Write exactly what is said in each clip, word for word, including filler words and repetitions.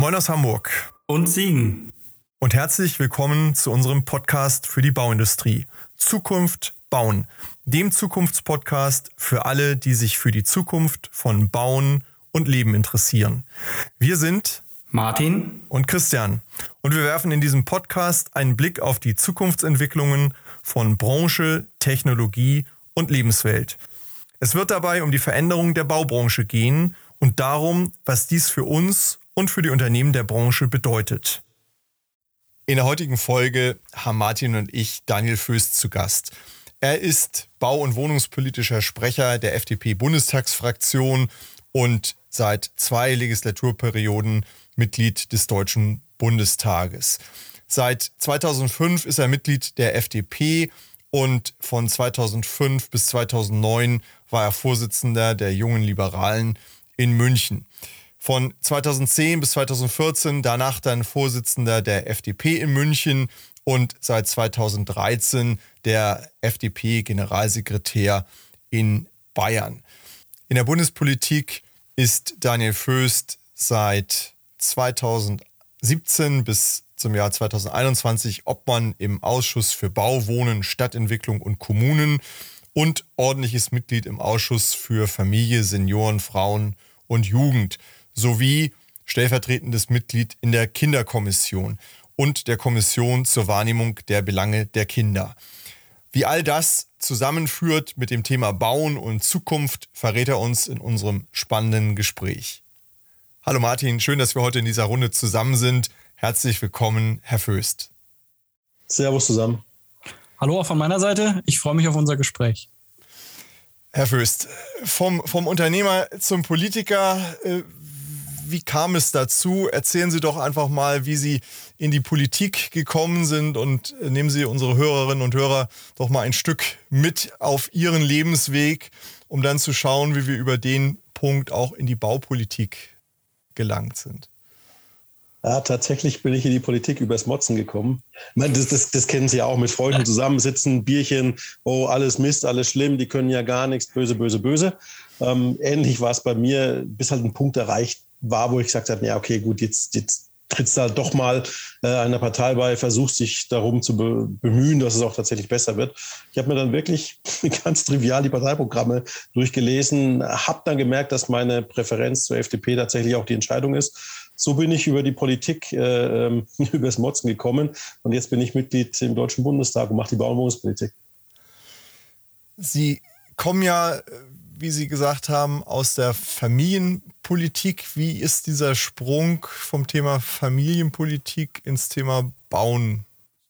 Moin aus Hamburg und Siegen und herzlich willkommen zu unserem Podcast für die Bauindustrie. Zukunft bauen, dem Zukunftspodcast für alle, die sich für die Zukunft von Bauen und Leben interessieren. Wir sind Martin und Christian und wir werfen in diesem Podcast einen Blick auf die Zukunftsentwicklungen von Branche, Technologie und Lebenswelt. Es wird dabei um die Veränderung der Baubranche gehen und darum, was dies für uns und für die Unternehmen der Branche bedeutet. In der heutigen Folge haben Martin und ich Daniel Föst zu Gast. Er ist bau- und wohnungspolitischer Sprecher der F D P-Bundestagsfraktion und seit zwei Legislaturperioden Mitglied des Deutschen Bundestages. Seit zweitausendfünf ist er Mitglied der F D P und von zweitausendfünf bis zweitausendneun war er Vorsitzender der Jungen Liberalen in München. Von zweitausendzehn bis zweitausendvierzehn danach dann Vorsitzender der F D P in München und seit zweitausenddreizehn der F D P-Generalsekretär in Bayern. In der Bundespolitik ist Daniel Föst seit zweitausendsiebzehn bis zum Jahr zweitausendeinundzwanzig Obmann im Ausschuss für Bau, Wohnen, Stadtentwicklung und Kommunen und ordentliches Mitglied im Ausschuss für Familie, Senioren, Frauen und Jugend sowie stellvertretendes Mitglied in der Kinderkommission und der Kommission zur Wahrnehmung der Belange der Kinder. Wie all das zusammenführt mit dem Thema Bauen und Zukunft, verrät er uns in unserem spannenden Gespräch. Hallo Martin, schön, dass wir heute in dieser Runde zusammen sind. Herzlich willkommen, Herr Föst. Servus zusammen. Hallo auch von meiner Seite. Ich freue mich auf unser Gespräch. Herr Föst, vom, vom Unternehmer zum Politiker, äh, wie kam es dazu? Erzählen Sie doch einfach mal, wie Sie in die Politik gekommen sind und nehmen Sie unsere Hörerinnen und Hörer doch mal ein Stück mit auf Ihren Lebensweg, um dann zu schauen, wie wir über den Punkt auch in die Baupolitik gelangt sind. Ja, tatsächlich bin ich in die Politik übers Motzen gekommen. Ich meine, das, das, das kennen Sie ja auch, mit Freunden zusammensitzen, Bierchen, oh, alles Mist, alles schlimm, die können ja gar nichts, böse, böse, böse. Ähm, ähnlich war es bei mir, bis halt ein Punkt erreicht war, wo ich gesagt habe, ja, okay, gut, jetzt, jetzt trittst du halt doch mal äh, einer Partei bei, versuchst dich darum zu be- bemühen, dass es auch tatsächlich besser wird. Ich habe mir dann wirklich ganz trivial die Parteiprogramme durchgelesen, habe dann gemerkt, dass meine Präferenz zur F D P tatsächlich auch die Entscheidung ist. So bin ich über die Politik, äh, über das Motzen gekommen und jetzt bin ich Mitglied im Deutschen Bundestag und mache die Bau- und Wohnungspolitik. Sie kommen ja, wie Sie gesagt haben, aus der Familienpolitik. Wie ist dieser Sprung vom Thema Familienpolitik ins Thema Bauen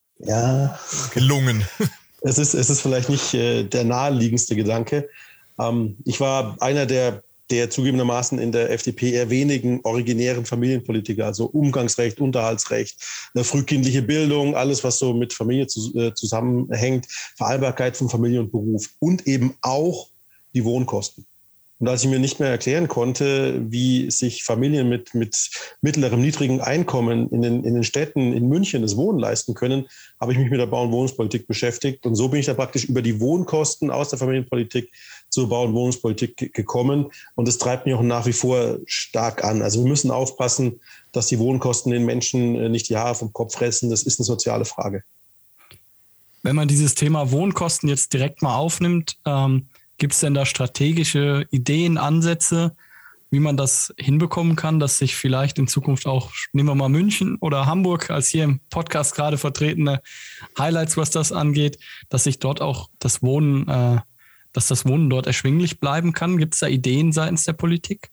ja. gelungen? Es ist, es ist vielleicht nicht äh, der naheliegendste Gedanke. Ähm, ich war einer der, der zugegebenermaßen in der F D P eher wenigen originären Familienpolitiker, also Umgangsrecht, Unterhaltsrecht, eine frühkindliche Bildung, alles, was so mit Familie zu, äh, zusammenhängt, Vereinbarkeit von Familie und Beruf und eben auch die Wohnkosten. Und als ich mir nicht mehr erklären konnte, wie sich Familien mit, mit mittlerem, niedrigem Einkommen in den, in den Städten, in München das Wohnen leisten können, habe ich mich mit der Bau- und Wohnungspolitik beschäftigt. Und so bin ich da praktisch über die Wohnkosten aus der Familienpolitik zur Bau- und Wohnungspolitik gekommen. Und das treibt mich auch nach wie vor stark an. Also wir müssen aufpassen, dass die Wohnkosten den Menschen nicht die Haare vom Kopf fressen. Das ist eine soziale Frage. Wenn man dieses Thema Wohnkosten jetzt direkt mal aufnimmt, ähm, gibt es denn da strategische Ideen, Ansätze, wie man das hinbekommen kann, dass sich vielleicht in Zukunft auch, nehmen wir mal München oder Hamburg als hier im Podcast gerade vertretene Highlights, was das angeht, dass sich dort auch das Wohnen, äh, dass das Wohnen dort erschwinglich bleiben kann? Gibt es da Ideen seitens der Politik?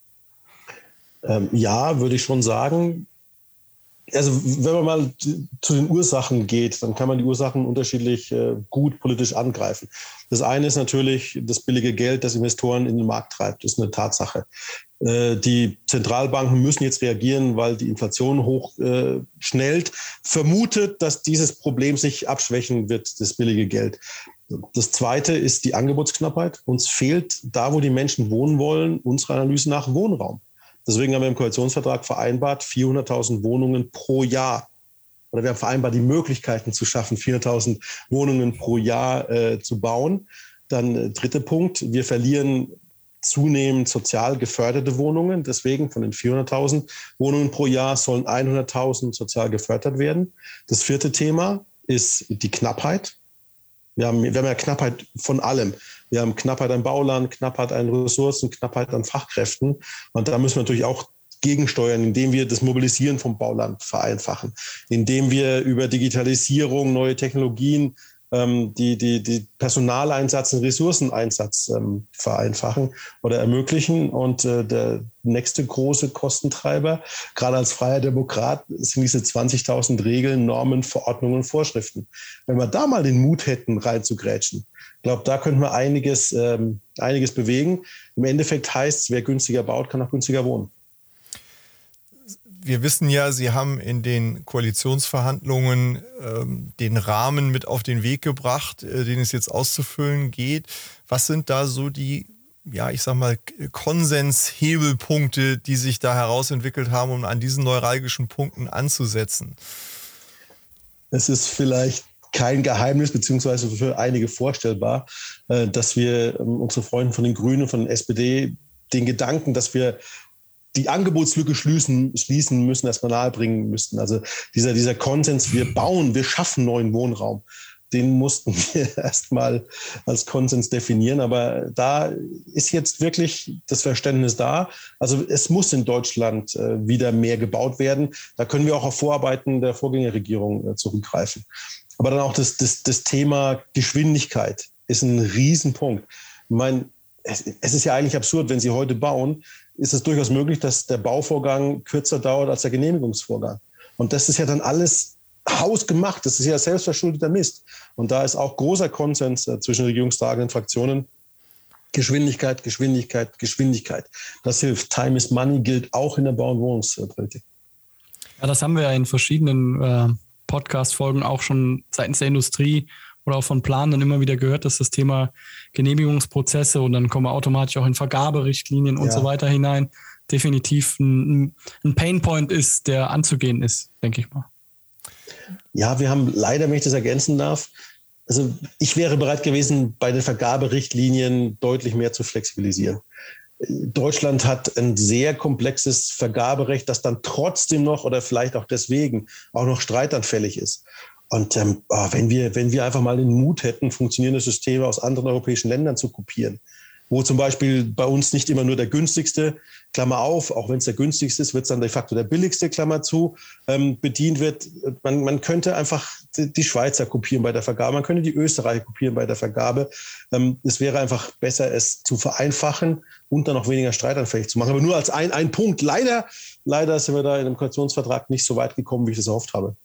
Ähm, ja, würde ich schon sagen. Also wenn man mal zu den Ursachen geht, dann kann man die Ursachen unterschiedlich äh, gut politisch angreifen. Das eine ist natürlich das billige Geld, das Investoren in den Markt treibt. Das ist eine Tatsache. Äh, die Zentralbanken müssen jetzt reagieren, weil die Inflation hoch äh, schnellt. Vermutet, dass dieses Problem sich abschwächen wird, das billige Geld. Das zweite ist die Angebotsknappheit. Uns fehlt da, wo die Menschen wohnen wollen, unserer Analyse nach Wohnraum. Deswegen haben wir im Koalitionsvertrag vereinbart, vierhunderttausend Wohnungen pro Jahr. Oder wir haben vereinbart, die Möglichkeiten zu schaffen, vierhunderttausend Wohnungen pro Jahr äh, zu bauen. Dann äh, dritter Punkt, wir verlieren zunehmend sozial geförderte Wohnungen. Deswegen von den vierhunderttausend Wohnungen pro Jahr sollen hunderttausend sozial gefördert werden. Das vierte Thema ist die Knappheit. Wir haben, wir haben ja Knappheit von allem. Wir haben Knappheit an Bauland, Knappheit an Ressourcen, Knappheit an Fachkräften. Und da müssen wir natürlich auch gegensteuern, indem wir das Mobilisieren vom Bauland vereinfachen, indem wir über Digitalisierung, neue Technologien ähm, die, die, die Personaleinsatz und Ressourceneinsatz ähm, vereinfachen oder ermöglichen. Und äh, der nächste große Kostentreiber, gerade als freier Demokrat, sind diese zwanzigtausend Regeln, Normen, Verordnungen, Vorschriften. Wenn wir da mal den Mut hätten, reinzugrätschen, ich glaube, da könnten wir einiges, ähm, einiges bewegen. Im Endeffekt heißt es, wer günstiger baut, kann auch günstiger wohnen. Wir wissen ja, Sie haben in den Koalitionsverhandlungen ähm, den Rahmen mit auf den Weg gebracht, äh, den es jetzt auszufüllen geht. Was sind da so die, ja, ich sag mal, Konsenshebelpunkte, die sich da herausentwickelt haben, um an diesen neuralgischen Punkten anzusetzen? Es ist vielleicht kein Geheimnis, beziehungsweise für einige vorstellbar, äh, dass wir ähm, unsere Freunde von den Grünen, von der S P D, den Gedanken, dass wir die Angebotslücke schließen, schließen müssen, erstmal nahebringen müssten. Also dieser, dieser Konsens, wir bauen, wir schaffen neuen Wohnraum, den mussten wir erstmal als Konsens definieren. Aber da ist jetzt wirklich das Verständnis da. Also es muss in Deutschland äh, wieder mehr gebaut werden. Da können wir auch auf Vorarbeiten der Vorgängerregierung äh, zurückgreifen. Aber dann auch das, das, das Thema Geschwindigkeit ist ein Riesenpunkt. Ich meine, es, es ist ja eigentlich absurd, wenn Sie heute bauen, ist es durchaus möglich, dass der Bauvorgang kürzer dauert als der Genehmigungsvorgang. Und das ist ja dann alles hausgemacht. Das ist ja selbstverschuldeter Mist. Und da ist auch großer Konsens äh, zwischen regierungstragenden Fraktionen. Geschwindigkeit, Geschwindigkeit, Geschwindigkeit. Das hilft. Time is money gilt auch in der Bau- und Wohnungspolitik. Ja, das haben wir ja in verschiedenen äh, Podcast-Folgen auch schon seitens der Industrie oder auch von Planern immer wieder gehört, dass das Thema Genehmigungsprozesse und dann kommen wir automatisch auch in Vergaberichtlinien und ja. so weiter hinein, definitiv ein, ein Painpoint ist, der anzugehen ist, denke ich mal. Ja, wir haben leider, wenn ich das ergänzen darf, also ich wäre bereit gewesen, bei den Vergaberichtlinien deutlich mehr zu flexibilisieren. Deutschland hat ein sehr komplexes Vergaberecht, das dann trotzdem noch oder vielleicht auch deswegen auch noch streitanfällig ist. Und ähm, oh, wenn wir, wenn wir einfach mal den Mut hätten, funktionierende Systeme aus anderen europäischen Ländern zu kopieren, wo zum Beispiel bei uns nicht immer nur der günstigste, Klammer auf, auch wenn es der günstigste ist, wird es dann de facto der billigste, Klammer zu, ähm, bedient wird. Man, man könnte einfach die Schweizer kopieren bei der Vergabe, man könnte die Österreicher kopieren bei der Vergabe. Ähm, es wäre einfach besser, es zu vereinfachen und dann auch weniger streitanfällig zu machen. Aber nur als ein, ein Punkt. Leider, leider sind wir da in dem Koalitionsvertrag nicht so weit gekommen, wie ich das erhofft habe.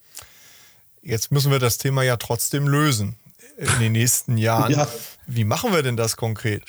Jetzt müssen wir das Thema ja trotzdem lösen in den nächsten Jahren. Ja. Wie machen wir denn das konkret?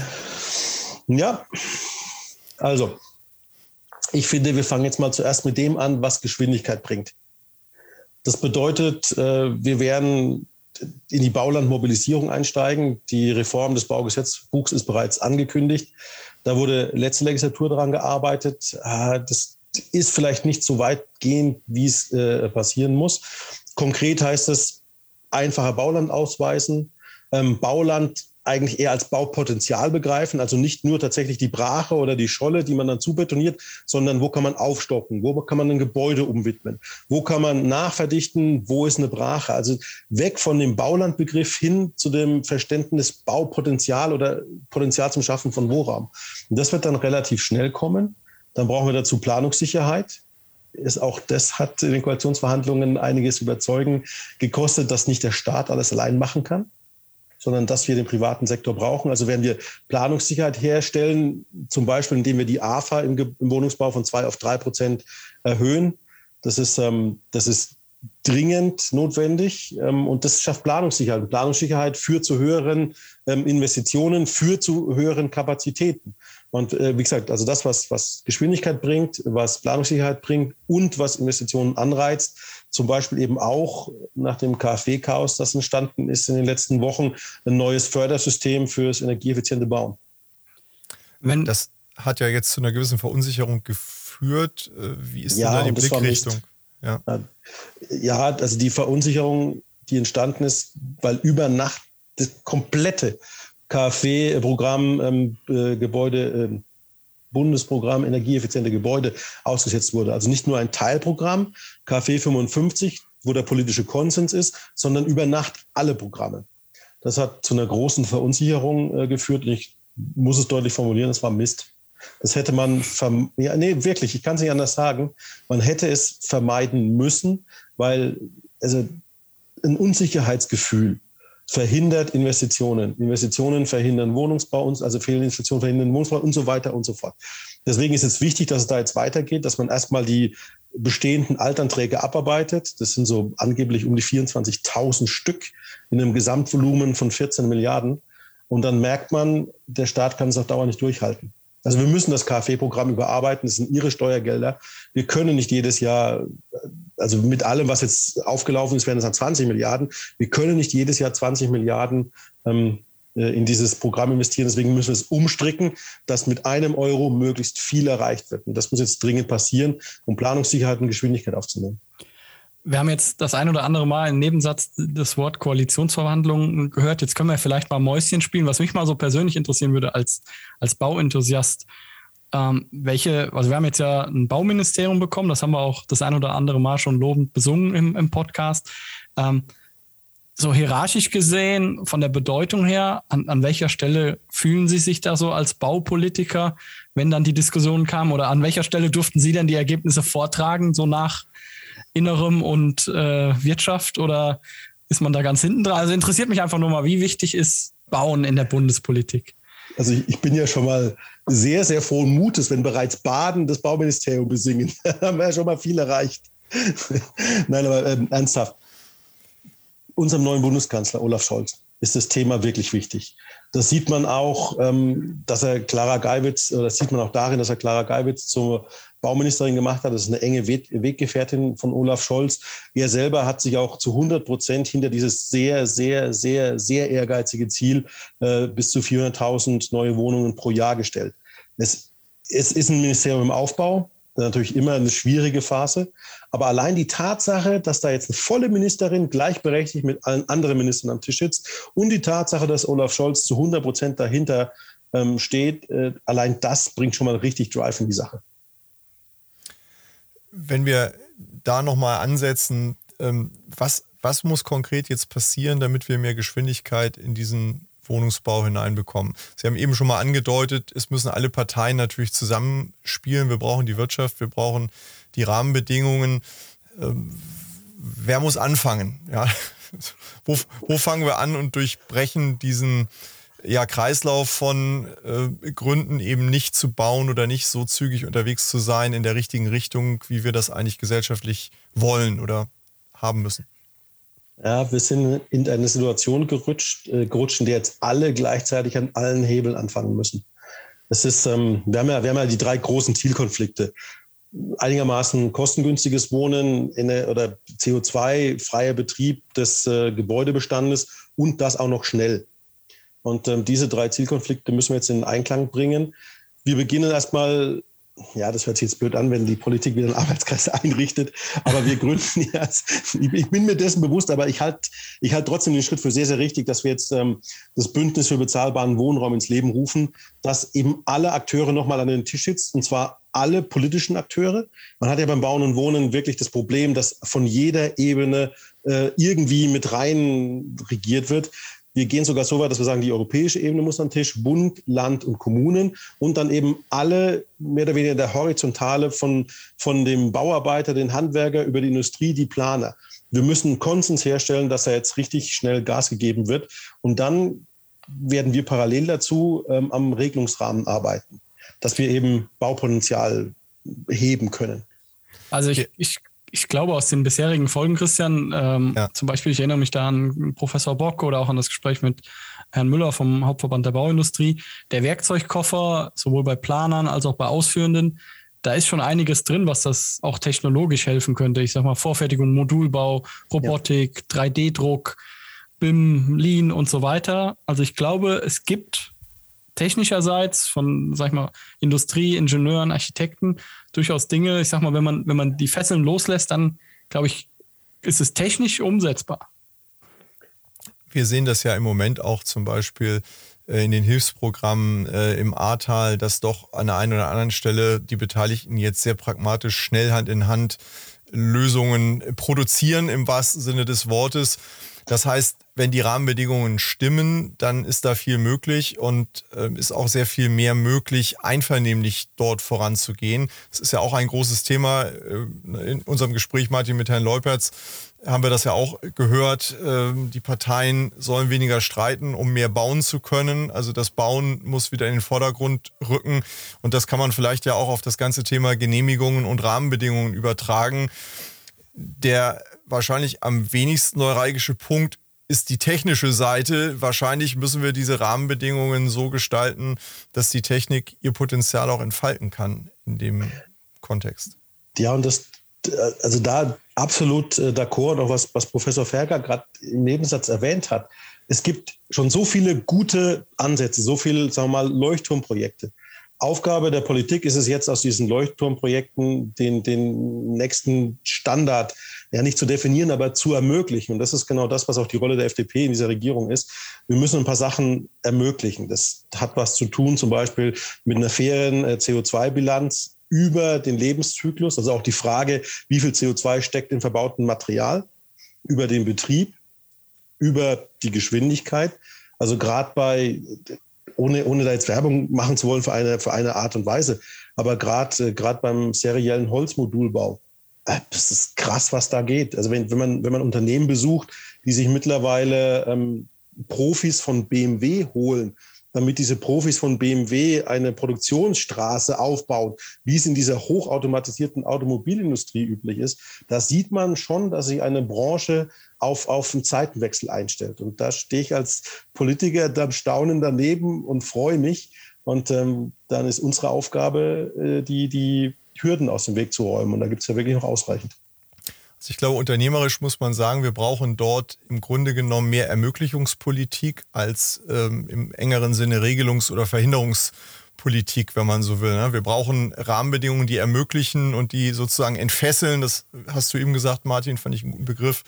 Ja, also ich finde, wir fangen jetzt mal zuerst mit dem an, was Geschwindigkeit bringt. Das bedeutet, wir werden in die Baulandmobilisierung einsteigen. Die Reform des Baugesetzbuchs ist bereits angekündigt. Da wurde letzte Legislatur daran gearbeitet. Das ist vielleicht nicht so weitgehend, wie es passieren muss. Konkret heißt es, einfacher Bauland ausweisen, ähm, Bauland eigentlich eher als Baupotenzial begreifen, also nicht nur tatsächlich die Brache oder die Scholle, die man dann zubetoniert, sondern wo kann man aufstocken, wo kann man ein Gebäude umwidmen, wo kann man nachverdichten, wo ist eine Brache. Also weg von dem Baulandbegriff hin zu dem Verständnis Baupotenzial oder Potenzial zum Schaffen von Wohnraum. Und das wird dann relativ schnell kommen. Dann brauchen wir dazu Planungssicherheit. Ist auch das hat in den Koalitionsverhandlungen einiges Überzeugen gekostet, dass nicht der Staat alles allein machen kann, sondern dass wir den privaten Sektor brauchen. Also werden wir Planungssicherheit herstellen, zum Beispiel indem wir die A F A im, im Wohnungsbau von zwei auf drei Prozent erhöhen. Das ist, ähm, das ist dringend notwendig ähm, und das schafft Planungssicherheit. Und Planungssicherheit führt zu höheren ähm, Investitionen, führt zu höheren Kapazitäten. Und äh, wie gesagt, also das, was, was Geschwindigkeit bringt, was Planungssicherheit bringt und was Investitionen anreizt, zum Beispiel eben auch nach dem K f W-Chaos, das entstanden ist in den letzten Wochen, ein neues Fördersystem fürs energieeffiziente Bauen. Wenn das hat ja jetzt zu einer gewissen Verunsicherung geführt. Wie ist ja, denn da die Blickrichtung? Ja. ja, also die Verunsicherung, die entstanden ist, weil über Nacht das komplette KfW-Programm ähm, äh, Gebäude, äh, Bundesprogramm energieeffiziente Gebäude ausgesetzt wurde. Also nicht nur ein Teilprogramm, KfW fünfundfünfzig, wo der politische Konsens ist, sondern über Nacht alle Programme. Das hat zu einer großen Verunsicherung äh, geführt. Ich muss es deutlich formulieren, das war Mist. Das hätte man, verm- ja, nee, wirklich, ich kann es nicht anders sagen, man hätte es vermeiden müssen, weil also ein Unsicherheitsgefühl verhindert Investitionen. Investitionen verhindern Wohnungsbau, also fehlende Investitionen verhindern Wohnungsbau und so weiter und so fort. Deswegen ist es wichtig, dass es da jetzt weitergeht, dass man erstmal die bestehenden Altanträge abarbeitet. Das sind so angeblich um die vierundzwanzigtausend Stück in einem Gesamtvolumen von vierzehn Milliarden. Und dann merkt man, der Staat kann es auf Dauer nicht durchhalten. Also wir müssen das KfW-Programm überarbeiten. Das sind Ihre Steuergelder. Wir können nicht jedes Jahr, also mit allem, was jetzt aufgelaufen ist, werden es dann zwanzig Milliarden. Wir können nicht jedes Jahr zwanzig Milliarden ähm, in dieses Programm investieren. Deswegen müssen wir es umstricken, dass mit einem Euro möglichst viel erreicht wird. Und das muss jetzt dringend passieren, um Planungssicherheit und Geschwindigkeit aufzunehmen. Wir haben jetzt das ein oder andere Mal im Nebensatz das Wort Koalitionsverhandlungen gehört. Jetzt können wir vielleicht mal Mäuschen spielen, was mich mal so persönlich interessieren würde als, als Bauenthusiast. Ähm, welche, also wir haben jetzt ja ein Bauministerium bekommen, das haben wir auch das ein oder andere Mal schon lobend besungen im, im Podcast. Ähm, so hierarchisch gesehen, von der Bedeutung her, an, an welcher Stelle fühlen Sie sich da so als Baupolitiker, wenn dann die Diskussion kam? Oder an welcher Stelle durften Sie denn die Ergebnisse vortragen, so nach Innerem und äh, Wirtschaft, oder ist man da ganz hinten dran? Also interessiert mich einfach nur mal, wie wichtig ist Bauen in der Bundespolitik? Also ich, ich bin ja schon mal sehr, sehr frohen Mutes, wenn bereits Baden das Bauministerium besingen. Da haben wir ja schon mal viel erreicht. Nein, aber ähm, ernsthaft. Unserem neuen Bundeskanzler Olaf Scholz ist das Thema wirklich wichtig. Das sieht man auch, ähm, dass er Clara Geiwitz, oder das sieht man auch darin, dass er Clara Geiwitz zur Bauministerin gemacht hat. Das ist eine enge Weggefährtin von Olaf Scholz. Er selber hat sich auch zu hundert Prozent hinter dieses sehr, sehr, sehr, sehr ehrgeizige Ziel äh, bis zu vierhunderttausend neue Wohnungen pro Jahr gestellt. Es, es ist ein Ministerium im Aufbau. Natürlich immer eine schwierige Phase. Aber allein die Tatsache, dass da jetzt eine volle Ministerin gleichberechtigt mit allen anderen Ministern am Tisch sitzt und die Tatsache, dass Olaf Scholz zu hundert Prozent dahinter ähm, steht, äh, allein das bringt schon mal richtig Drive in die Sache. Wenn wir da nochmal ansetzen, ähm, was, was muss konkret jetzt passieren, damit wir mehr Geschwindigkeit in diesen Wohnungsbau hineinbekommen? Sie haben eben schon mal angedeutet, es müssen alle Parteien natürlich zusammenspielen. Wir brauchen die Wirtschaft, wir brauchen die Rahmenbedingungen. Ähm, wer muss anfangen? Ja? Wo, wo fangen wir an und durchbrechen diesen ja, Kreislauf von äh, Gründen, eben nicht zu bauen oder nicht so zügig unterwegs zu sein in der richtigen Richtung, wie wir das eigentlich gesellschaftlich wollen oder haben müssen? Ja, wir sind in eine Situation gerutscht, äh, gerutscht, in der jetzt alle gleichzeitig an allen Hebeln anfangen müssen. Es ist, ähm, wir haben ja, wir haben ja die drei großen Zielkonflikte. Einigermaßen kostengünstiges Wohnen in eine, oder C O zwei freier Betrieb des äh, Gebäudebestandes und das auch noch schnell. Und ähm, diese drei Zielkonflikte müssen wir jetzt in Einklang bringen. Wir beginnen erstmal, ja, das hört sich jetzt blöd an, wenn die Politik wieder einen Arbeitskreis einrichtet, aber wir gründen jetzt, ich bin mir dessen bewusst, aber ich halte ich halt trotzdem den Schritt für sehr, sehr richtig, dass wir jetzt ähm, das Bündnis für bezahlbaren Wohnraum ins Leben rufen, dass eben alle Akteure nochmal an den Tisch sitzen, und zwar alle politischen Akteure. Man hat ja beim Bauen und Wohnen wirklich das Problem, dass von jeder Ebene äh, irgendwie mit rein regiert wird. Wir gehen sogar so weit, dass wir sagen, die europäische Ebene muss an den Tisch, Bund, Land und Kommunen und dann eben alle, mehr oder weniger der Horizontale von, von dem Bauarbeiter, den Handwerker über die Industrie, die Planer. Wir müssen einen Konsens herstellen, dass da jetzt richtig schnell Gas gegeben wird. Und dann werden wir parallel dazu ähm, am Regelungsrahmen arbeiten, dass wir eben Baupotenzial heben können. Also ich, ich Ich glaube, aus den bisherigen Folgen, Christian, ähm, ja. zum Beispiel, ich erinnere mich da an Professor Bock oder auch an das Gespräch mit Herrn Müller vom Hauptverband der Bauindustrie, der Werkzeugkoffer, sowohl bei Planern als auch bei Ausführenden, da ist schon einiges drin, was das auch technologisch helfen könnte. Ich sag mal, Vorfertigung, Modulbau, Robotik, ja. drei D Druck, B I M, Lean und so weiter. Also ich glaube, es gibt technischerseits von, sag ich mal, Industrie, Ingenieuren, Architekten durchaus Dinge, ich sag mal, wenn man, wenn man die Fesseln loslässt, dann, glaube ich, ist es technisch umsetzbar. Wir sehen das ja im Moment auch zum Beispiel in den Hilfsprogrammen äh, im Ahrtal, dass doch an der einen oder anderen Stelle die Beteiligten jetzt sehr pragmatisch, schnell Hand in Hand Lösungen produzieren im wahrsten Sinne des Wortes. Das heißt, wenn die Rahmenbedingungen stimmen, dann ist da viel möglich und äh, ist auch sehr viel mehr möglich, einvernehmlich dort voranzugehen. Es ist ja auch ein großes Thema. Äh, in unserem Gespräch, Martin, mit Herrn Leupertz, haben wir das ja auch gehört. Äh, die Parteien sollen weniger streiten, um mehr bauen zu können. Also das Bauen muss wieder in den Vordergrund rücken. Und das kann man vielleicht ja auch auf das ganze Thema Genehmigungen und Rahmenbedingungen übertragen. Der wahrscheinlich am wenigsten neuralgische Punkt ist die technische Seite. Wahrscheinlich müssen wir diese Rahmenbedingungen so gestalten, dass die Technik ihr Potenzial auch entfalten kann in dem Kontext. Ja, und das, also da absolut d'accord, und auch was, was Professor Ferger gerade im Nebensatz erwähnt hat. Es gibt schon so viele gute Ansätze, so viele, sagen wir mal, Leuchtturmprojekte. Aufgabe der Politik ist es jetzt, aus diesen Leuchtturmprojekten den, den nächsten Standard ja nicht zu definieren, aber zu ermöglichen. Und das ist genau das, was auch die Rolle der F D P in dieser Regierung ist. Wir müssen ein paar Sachen ermöglichen. Das hat was zu tun, zum Beispiel mit einer fairen C O zwei Bilanz über den Lebenszyklus, also auch die Frage, wie viel C O zwei steckt im verbauten Material, über den Betrieb, über die Geschwindigkeit. Also gerade bei Ohne, ohne da jetzt Werbung machen zu wollen für eine, für eine Art und Weise. Aber gerade gerade beim seriellen Holzmodulbau, äh, das ist krass, was da geht. Also wenn, wenn, man, wenn man Unternehmen besucht, die sich mittlerweile ähm, Profis von B M W holen, damit diese Profis von B M W eine Produktionsstraße aufbauen, wie es in dieser hochautomatisierten Automobilindustrie üblich ist, da sieht man schon, dass sich eine Branche auf, auf einen Zeitenwechsel einstellt. Und da stehe ich als Politiker dann staunend daneben und freue mich. Und ähm, dann ist unsere Aufgabe, äh, die, die Hürden aus dem Weg zu räumen. Und da gibt es ja wirklich noch ausreichend. Also ich glaube, unternehmerisch muss man sagen, wir brauchen dort im Grunde genommen mehr Ermöglichungspolitik als ähm, im engeren Sinne Regelungs- oder Verhinderungspolitik, wenn man so will. Ne? Wir brauchen Rahmenbedingungen, die ermöglichen und die sozusagen entfesseln. Das hast du eben gesagt, Martin, fand ich einen guten Begriff.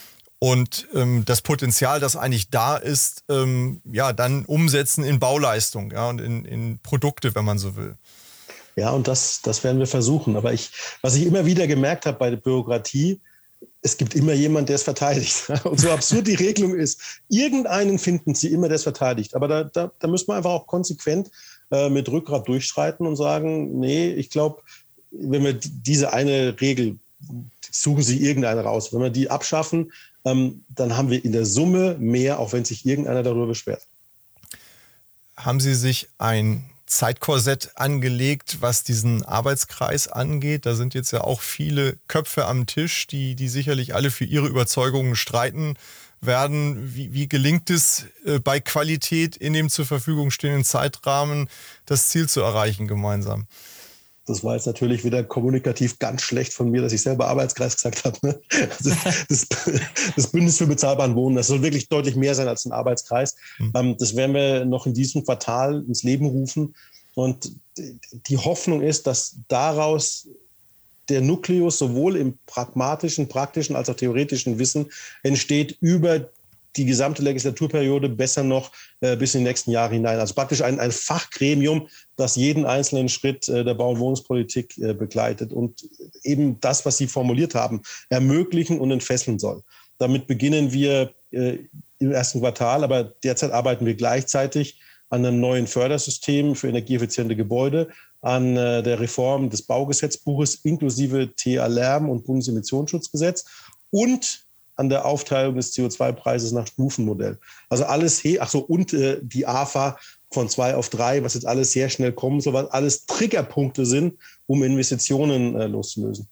Und ähm, das Potenzial, das eigentlich da ist, ähm, ja, dann umsetzen in Bauleistung, ja, und in, in Produkte, wenn man so will. Ja, und das, das werden wir versuchen. Aber ich, was ich immer wieder gemerkt habe bei der Bürokratie, es gibt immer jemanden, der es verteidigt. Und so absurd die Regelung ist, irgendeinen finden sie immer, der es verteidigt. Aber da, da, da müssen wir einfach auch konsequent äh, mit Rückgrat durchschreiten und sagen, nee, ich glaube, wenn wir diese eine Regel, suchen Sie irgendeine raus, wenn wir die abschaffen, ähm, dann haben wir in der Summe mehr, auch wenn sich irgendeiner darüber beschwert. Haben Sie sich ein Zeitkorsett angelegt, was diesen Arbeitskreis angeht? Da sind jetzt ja auch viele Köpfe am Tisch, die, die sicherlich alle für ihre Überzeugungen streiten werden. Wie, wie gelingt es äh, bei Qualität in dem zur Verfügung stehenden Zeitrahmen, das Ziel zu erreichen gemeinsam? Das war jetzt natürlich wieder kommunikativ ganz schlecht von mir, dass ich selber Arbeitskreis gesagt habe. Ne? Also das, das Bündnis für bezahlbaren Wohnen, das soll wirklich deutlich mehr sein als ein Arbeitskreis. Mhm. Das werden wir noch in diesem Quartal ins Leben rufen. Und die Hoffnung ist, dass daraus der Nukleus sowohl im pragmatischen, praktischen als auch theoretischen Wissen entsteht über die gesamte Legislaturperiode, besser noch äh, bis in die nächsten Jahre hinein. Also praktisch ein, ein Fachgremium, das jeden einzelnen Schritt äh, der Bau- und Wohnungspolitik äh, begleitet und eben das, was Sie formuliert haben, ermöglichen und entfesseln soll. Damit beginnen wir äh, im ersten Quartal, aber derzeit arbeiten wir gleichzeitig an einem neuen Fördersystem für energieeffiziente Gebäude, an äh, der Reform des Baugesetzbuches inklusive T A-Lärm und Bundesemissionsschutzgesetz und an der Aufteilung des C O zwei Preises nach Stufenmodell. Also alles, ach so, und äh, die A F A von zwei auf drei, was jetzt alles sehr schnell kommen soll, was alles Triggerpunkte sind, um Investitionen äh, loszulösen.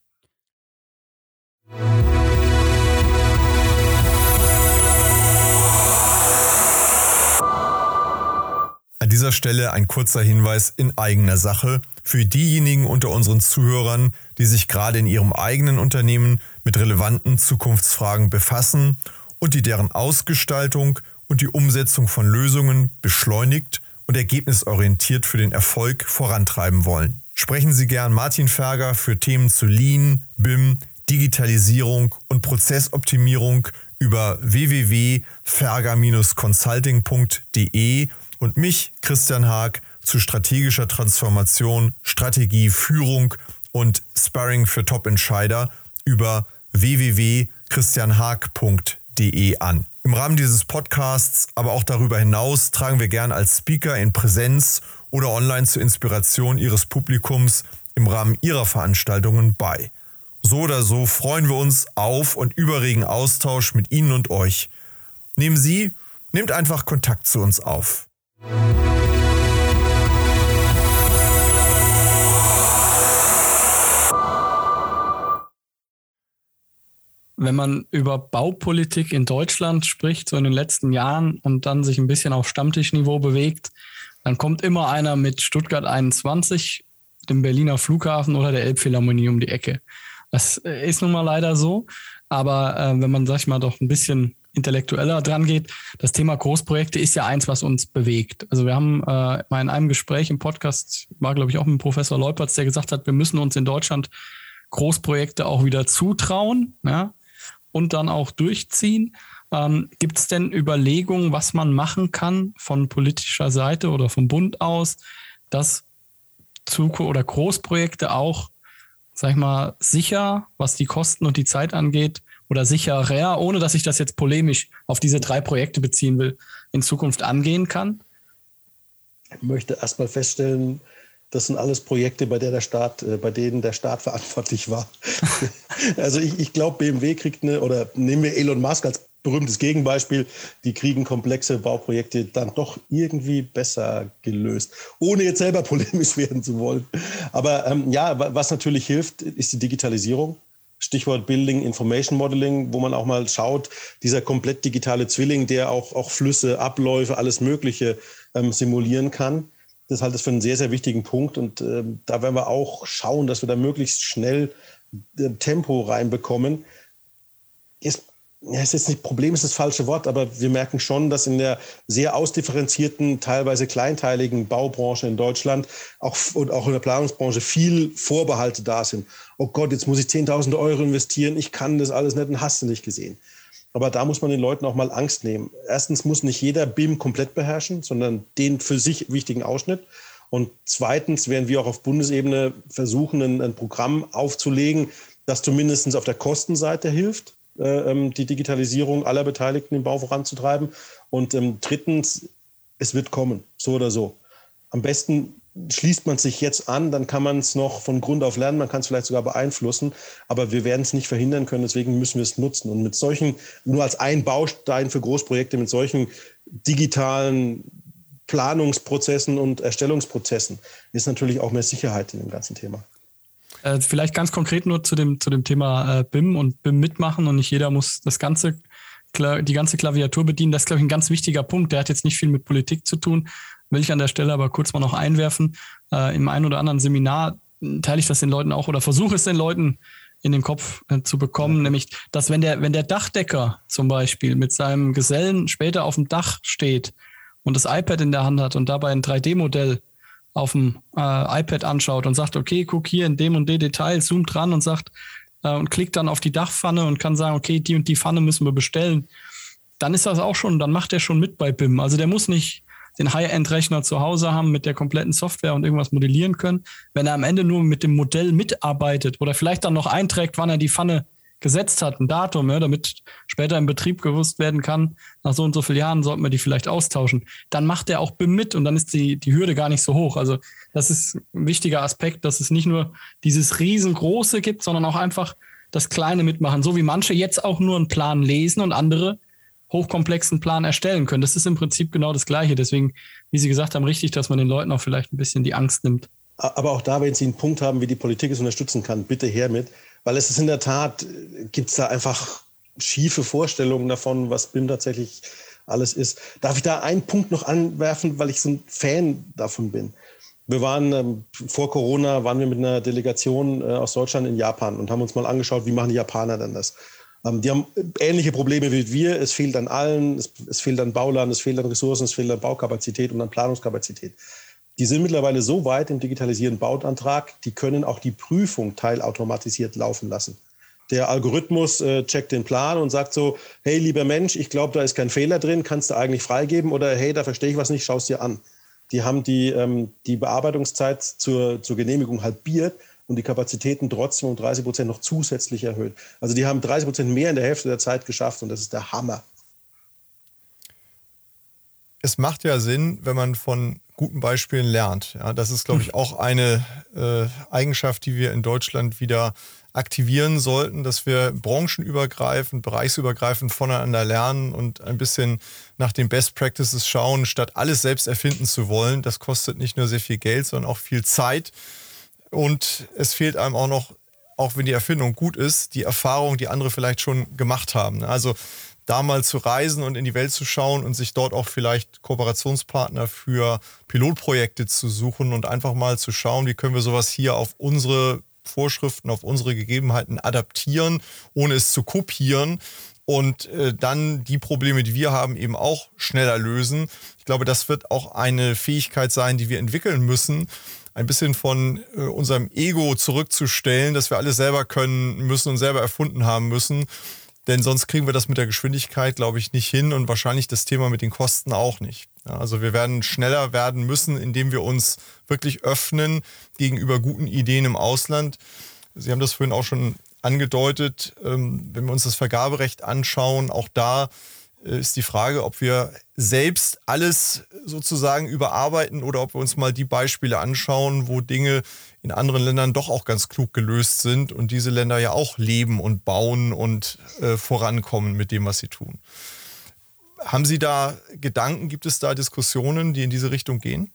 An dieser Stelle ein kurzer Hinweis in eigener Sache für diejenigen unter unseren Zuhörern, die sich gerade in ihrem eigenen Unternehmen mit relevanten Zukunftsfragen befassen und die deren Ausgestaltung und die Umsetzung von Lösungen beschleunigt und ergebnisorientiert für den Erfolg vorantreiben wollen. Sprechen Sie gern Martin Ferger für Themen zu Lean, B I M, Digitalisierung und Prozessoptimierung über w w w punkt ferger Bindestrich consulting punkt d e und mich, Christian Haag, zu strategischer Transformation, Strategie, Führung und Sparring für Top-Entscheider über w w w punkt christian haag punkt d e an. Im Rahmen dieses Podcasts, aber auch darüber hinaus, tragen wir gern als Speaker in Präsenz oder online zur Inspiration Ihres Publikums im Rahmen Ihrer Veranstaltungen bei. So oder so freuen wir uns auf und über regen Austausch mit Ihnen und euch. Nehmen Sie, nehmt einfach Kontakt zu uns auf. Wenn man über Baupolitik in Deutschland spricht, so in den letzten Jahren und dann sich ein bisschen auf Stammtischniveau bewegt, dann kommt immer einer mit Stuttgart einundzwanzig, dem Berliner Flughafen oder der Elbphilharmonie um die Ecke. Das ist nun mal leider so, aber äh, wenn man, sag ich mal, doch ein bisschen intellektueller dran geht, das Thema Großprojekte ist ja eins, was uns bewegt. Also wir haben äh, mal in einem Gespräch im Podcast, war glaube ich auch mit Professor Leupertz, der gesagt hat, wir müssen uns in Deutschland Großprojekte auch wieder zutrauen, ja, und dann auch durchziehen. Ähm, gibt es denn Überlegungen, was man machen kann von politischer Seite oder vom Bund aus, dass Zug- oder Großprojekte auch, sag ich mal, sicher, was die Kosten und die Zeit angeht, oder sicherer, ohne dass ich das jetzt polemisch auf diese drei Projekte beziehen will, in Zukunft angehen kann? Ich möchte erstmal feststellen, das sind alles Projekte, bei der der Staat, bei denen der Staat verantwortlich war. Also ich, ich glaube, B M W kriegt eine, oder nehmen wir Elon Musk als berühmtes Gegenbeispiel, die kriegen komplexe Bauprojekte dann doch irgendwie besser gelöst, ohne jetzt selber polemisch werden zu wollen. Aber ähm, ja, was natürlich hilft, ist die Digitalisierung. Stichwort Building Information Modeling, wo man auch mal schaut, dieser komplett digitale Zwilling, der auch, auch Flüsse, Abläufe, alles Mögliche ähm, simulieren kann. Das halte ich für einen sehr, sehr wichtigen Punkt. Und ähm, da werden wir auch schauen, dass wir da möglichst schnell äh, Tempo reinbekommen. Ist, ja, ist jetzt nicht Problem, ist das falsche Wort, aber wir merken schon, dass in der sehr ausdifferenzierten, teilweise kleinteiligen Baubranche in Deutschland auch, und auch in der Planungsbranche viel Vorbehalte da sind. Oh Gott, jetzt muss ich zehntausend Euro investieren, ich kann das alles nicht und hast du nicht gesehen. Aber da muss man den Leuten auch mal Angst nehmen. Erstens muss nicht jeder B I M komplett beherrschen, sondern den für sich wichtigen Ausschnitt. Und zweitens werden wir auch auf Bundesebene versuchen, ein, ein Programm aufzulegen, das zumindest auf der Kostenseite hilft, äh, die Digitalisierung aller Beteiligten im Bau voranzutreiben. Und ähm, drittens, es wird kommen, so oder so. Am besten schließt man sich jetzt an, dann kann man es noch von Grund auf lernen, man kann es vielleicht sogar beeinflussen, aber wir werden es nicht verhindern können, deswegen müssen wir es nutzen. Und mit solchen, nur als ein Baustein für Großprojekte, mit solchen digitalen Planungsprozessen und Erstellungsprozessen ist natürlich auch mehr Sicherheit in dem ganzen Thema. Äh, vielleicht ganz konkret nur zu dem, zu dem Thema äh, B I M und B I M mitmachen und nicht jeder muss das ganze, die ganze Klaviatur bedienen. Das ist, glaube ich, ein ganz wichtiger Punkt. Der hat jetzt nicht viel mit Politik zu tun. Will ich an der Stelle aber kurz mal noch einwerfen. Äh, Im einen oder anderen Seminar teile ich das den Leuten auch oder versuche es den Leuten in den Kopf äh, zu bekommen, ja. Nämlich, dass wenn der, wenn der Dachdecker zum Beispiel mit seinem Gesellen später auf dem Dach steht und das iPad in der Hand hat und dabei ein drei D Modell auf dem äh, iPad anschaut und sagt, okay, guck hier in dem und dem Detail, zoomt dran und sagt äh, und klickt dann auf die Dachpfanne und kann sagen, okay, die und die Pfanne müssen wir bestellen, dann ist das auch schon, dann macht der schon mit bei B I M. Also der muss nicht den High-End-Rechner zu Hause haben mit der kompletten Software und irgendwas modellieren können. Wenn er am Ende nur mit dem Modell mitarbeitet oder vielleicht dann noch einträgt, wann er die Pfanne gesetzt hat, ein Datum, ja, damit später im Betrieb gewusst werden kann, nach so und so vielen Jahren sollten wir die vielleicht austauschen, dann macht er auch B I M mit und dann ist die, die Hürde gar nicht so hoch. Also das ist ein wichtiger Aspekt, dass es nicht nur dieses riesengroße gibt, sondern auch einfach das Kleine mitmachen. So wie manche jetzt auch nur einen Plan lesen und andere hochkomplexen Plan erstellen können. Das ist im Prinzip genau das Gleiche. Deswegen, wie Sie gesagt haben, richtig, dass man den Leuten auch vielleicht ein bisschen die Angst nimmt. Aber auch da, wenn Sie einen Punkt haben, wie die Politik es unterstützen kann, bitte her mit. Weil es ist in der Tat, gibt es da einfach schiefe Vorstellungen davon, was B I M tatsächlich alles ist. Darf ich da einen Punkt noch anwerfen, weil ich so ein Fan davon bin? Wir waren ähm, vor Corona, waren wir mit einer Delegation äh, aus Deutschland in Japan und haben uns mal angeschaut, wie machen die Japaner denn das? Die haben ähnliche Probleme wie wir. Es fehlt an allen, es, es fehlt an Bauland, es fehlt an Ressourcen, es fehlt an Baukapazität und an Planungskapazität. Die sind mittlerweile so weit im digitalisierten Bauantrag, die können auch die Prüfung teilautomatisiert laufen lassen. Der Algorithmus äh, checkt den Plan und sagt so, hey, lieber Mensch, ich glaube, da ist kein Fehler drin, kannst du eigentlich freigeben, oder hey, da verstehe ich was nicht, schau es dir an. Die haben die, ähm, die Bearbeitungszeit zur, zur Genehmigung halbiert und die Kapazitäten trotzdem um dreißig Prozent noch zusätzlich erhöht. Also die haben dreißig Prozent mehr in der Hälfte der Zeit geschafft und das ist der Hammer. Es macht ja Sinn, wenn man von guten Beispielen lernt. Ja, das ist, glaube ich, auch eine äh, Eigenschaft, die wir in Deutschland wieder aktivieren sollten, dass wir branchenübergreifend, bereichsübergreifend voneinander lernen und ein bisschen nach den Best Practices schauen, statt alles selbst erfinden zu wollen. Das kostet nicht nur sehr viel Geld, sondern auch viel Zeit. Und es fehlt einem auch noch, auch wenn die Erfindung gut ist, die Erfahrung, die andere vielleicht schon gemacht haben. Also da mal zu reisen und in die Welt zu schauen und sich dort auch vielleicht Kooperationspartner für Pilotprojekte zu suchen und einfach mal zu schauen, wie können wir sowas hier auf unsere Vorschriften, auf unsere Gegebenheiten adaptieren, ohne es zu kopieren und äh, dann die Probleme, die wir haben, eben auch schneller lösen. Ich glaube, das wird auch eine Fähigkeit sein, die wir entwickeln müssen, ein bisschen von äh, unserem Ego zurückzustellen, dass wir alles selber können müssen und selber erfunden haben müssen. Denn sonst kriegen wir das mit der Geschwindigkeit, glaube ich, nicht hin und wahrscheinlich das Thema mit den Kosten auch nicht. Ja, also wir werden schneller werden müssen, indem wir uns wirklich öffnen gegenüber guten Ideen im Ausland. Sie haben das vorhin auch schon angedeutet, ähm, wenn wir uns das Vergaberecht anschauen, auch da äh, ist die Frage, ob wir selbst alles sozusagen überarbeiten oder ob wir uns mal die Beispiele anschauen, wo Dinge in anderen Ländern doch auch ganz klug gelöst sind und diese Länder ja auch leben und bauen und äh, vorankommen mit dem, was sie tun. Haben Sie da Gedanken, gibt es da Diskussionen, die in diese Richtung gehen?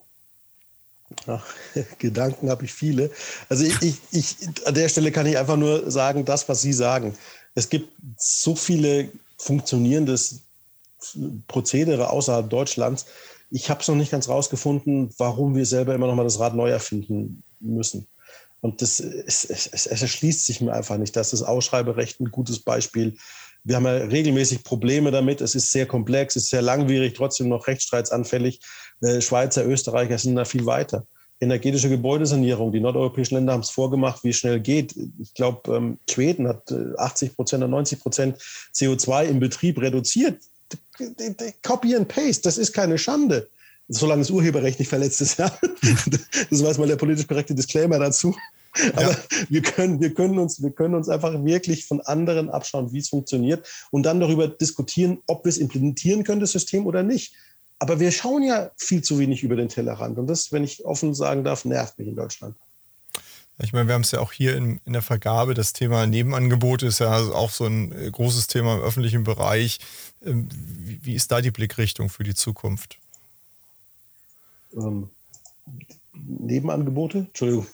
Ach, Gedanken habe ich viele. Also ich, ich, ich, an der Stelle kann ich einfach nur sagen, das, was Sie sagen. Es gibt so viele funktionierende Prozedere außerhalb Deutschlands. Ich habe es noch nicht ganz rausgefunden, warum wir selber immer noch mal das Rad neu erfinden müssen. Und das es, es, es erschließt sich mir einfach nicht. Das ist das Ausschreiberecht ein gutes Beispiel. Wir haben ja regelmäßig Probleme damit. Es ist sehr komplex, es ist sehr langwierig, trotzdem noch rechtsstreitsanfällig. Äh, Schweizer, Österreicher sind da viel weiter. Energetische Gebäudesanierung. Die nordeuropäischen Länder haben es vorgemacht, wie es schnell geht. Ich glaube, ähm, Schweden hat äh, achtzig Prozent oder neunzig Prozent C O zwei im Betrieb reduziert. Copy and Paste, das ist keine Schande. Solange das Urheberrecht nicht verletzt ist. Ja. Das war jetzt mal der politisch korrekte Disclaimer dazu. Aber ja. wir, können, wir, können uns, wir können uns einfach wirklich von anderen abschauen, wie es funktioniert und dann darüber diskutieren, ob wir es implementieren können, das System, oder nicht. Aber wir schauen ja viel zu wenig über den Tellerrand. Und das, wenn ich offen sagen darf, nervt mich in Deutschland. Ich meine, wir haben es ja auch hier in, in der Vergabe, das Thema Nebenangebote ist ja auch so ein großes Thema im öffentlichen Bereich. Wie, wie ist da die Blickrichtung für die Zukunft? Ähm, Nebenangebote? Entschuldigung.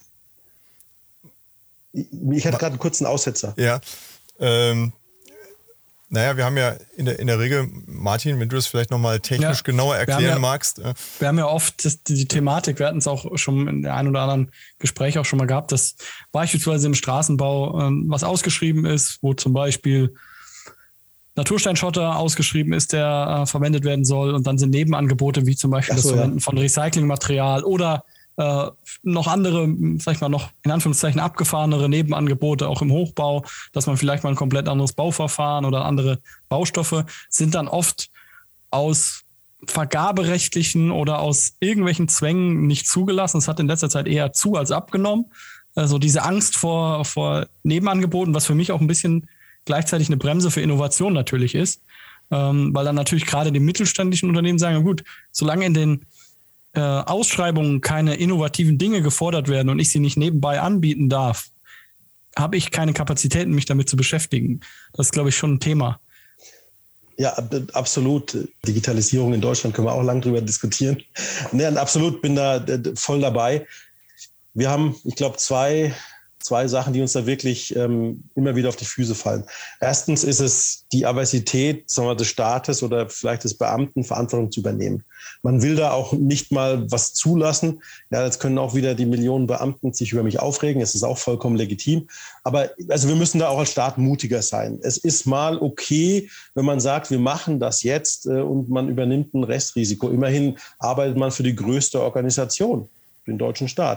Ich, ich hatte gerade einen kurzen Aussetzer. Ja, ähm, naja, wir haben ja in der, in der Regel, Martin, wenn du das vielleicht nochmal technisch ja, genauer erklären ja, magst. Äh. Wir haben ja oft das, die Thematik, wir hatten es auch schon in der einen oder anderen Gespräch auch schon mal gehabt, dass beispielsweise im Straßenbau ähm, was ausgeschrieben ist, wo zum Beispiel Natursteinschotter ausgeschrieben ist, der äh, verwendet werden soll, und dann sind Nebenangebote wie zum Beispiel so, das Verwenden ja. von Recyclingmaterial oder äh, noch andere, sag ich mal, noch in Anführungszeichen abgefahrenere Nebenangebote auch im Hochbau, dass man vielleicht mal ein komplett anderes Bauverfahren oder andere Baustoffe, sind dann oft aus vergaberechtlichen oder aus irgendwelchen Zwängen nicht zugelassen. Es hat in letzter Zeit eher zu als abgenommen. Also diese Angst vor, vor Nebenangeboten, was für mich auch ein bisschen gleichzeitig eine Bremse für Innovation natürlich ist, ähm, weil dann natürlich gerade die mittelständischen Unternehmen sagen, gut, solange in den äh, Ausschreibungen keine innovativen Dinge gefordert werden und ich sie nicht nebenbei anbieten darf, habe ich keine Kapazitäten, mich damit zu beschäftigen. Das ist, glaube ich, schon ein Thema. Ja, absolut. Digitalisierung in Deutschland können wir auch lang drüber diskutieren. Nee, absolut, bin da voll dabei. Wir haben, ich glaube, zwei... Zwei Sachen, die uns da wirklich ähm, immer wieder auf die Füße fallen. Erstens ist es die Aversität, sagen wir, des Staates oder vielleicht des Beamten, Verantwortung zu übernehmen. Man will da auch nicht mal was zulassen. Ja, jetzt können auch wieder die Millionen Beamten sich über mich aufregen. Es ist auch vollkommen legitim. Aber also wir müssen da auch als Staat mutiger sein. Es ist mal okay, wenn man sagt, wir machen das jetzt äh, und man übernimmt ein Restrisiko. Immerhin arbeitet man für die größte Organisation, den deutschen Staat.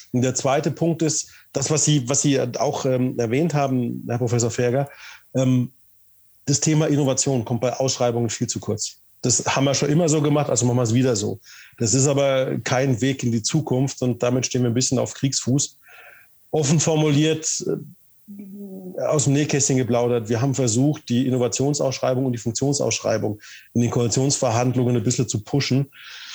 Und der zweite Punkt ist, das, was Sie, was Sie auch ähm, erwähnt haben, Herr Professor Ferger, ähm, das Thema Innovation kommt bei Ausschreibungen viel zu kurz. Das haben wir schon immer so gemacht, also machen wir es wieder so. Das ist aber kein Weg in die Zukunft und damit stehen wir ein bisschen auf Kriegsfuß. Offen formuliert, aus dem Nähkästchen geplaudert. Wir haben versucht, die Innovationsausschreibung und die Funktionsausschreibung in den Koalitionsverhandlungen ein bisschen zu pushen.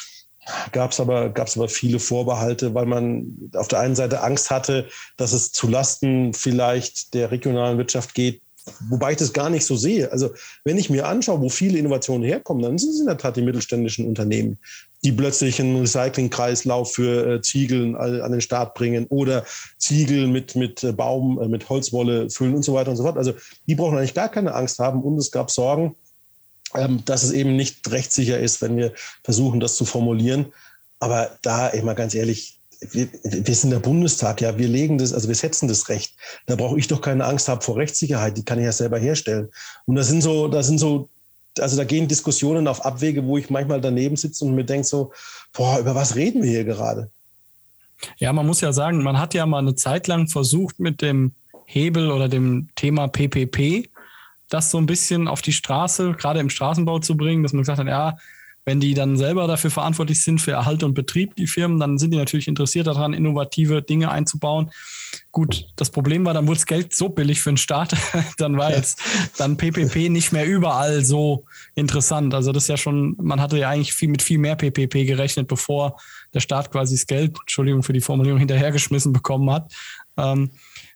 Gab es aber, gab's aber viele Vorbehalte, weil man auf der einen Seite Angst hatte, dass es zulasten vielleicht der regionalen Wirtschaft geht, wobei ich das gar nicht so sehe. Also wenn ich mir anschaue, wo viele Innovationen herkommen, dann sind es in der Tat die mittelständischen Unternehmen, die plötzlich einen Recyclingkreislauf für äh, Ziegel an den Start bringen oder Ziegel mit, mit Baum, äh, mit Holzwolle füllen und so weiter und so fort. Also die brauchen eigentlich gar keine Angst haben. Und es gab Sorgen, ähm, dass es eben nicht rechtssicher ist, wenn wir versuchen, das zu formulieren. Aber da, ich mal ganz ehrlich, wir, wir sind der Bundestag, ja, wir legen das, also wir setzen das Recht. Da brauche ich doch keine Angst haben vor Rechtssicherheit, die kann ich ja selber herstellen. Und das sind so, das sind so, also da gehen Diskussionen auf Abwege, wo ich manchmal daneben sitze und mir denke so, boah, über was reden wir hier gerade? Ja, man muss ja sagen, man hat ja mal eine Zeit lang versucht, mit dem Hebel oder dem Thema P P P das so ein bisschen auf die Straße, gerade im Straßenbau zu bringen, dass man gesagt hat, ja, wenn die dann selber dafür verantwortlich sind für Erhalt und Betrieb, die Firmen, dann sind die natürlich interessiert daran, innovative Dinge einzubauen. Gut, das Problem war, dann wurde das Geld so billig für den Staat, dann war jetzt dann P P P nicht mehr überall so interessant. Also das ist ja schon, man hatte ja eigentlich viel mit viel mehr P P P gerechnet, bevor der Staat quasi das Geld, Entschuldigung für die Formulierung, hinterhergeschmissen bekommen hat. Ähm,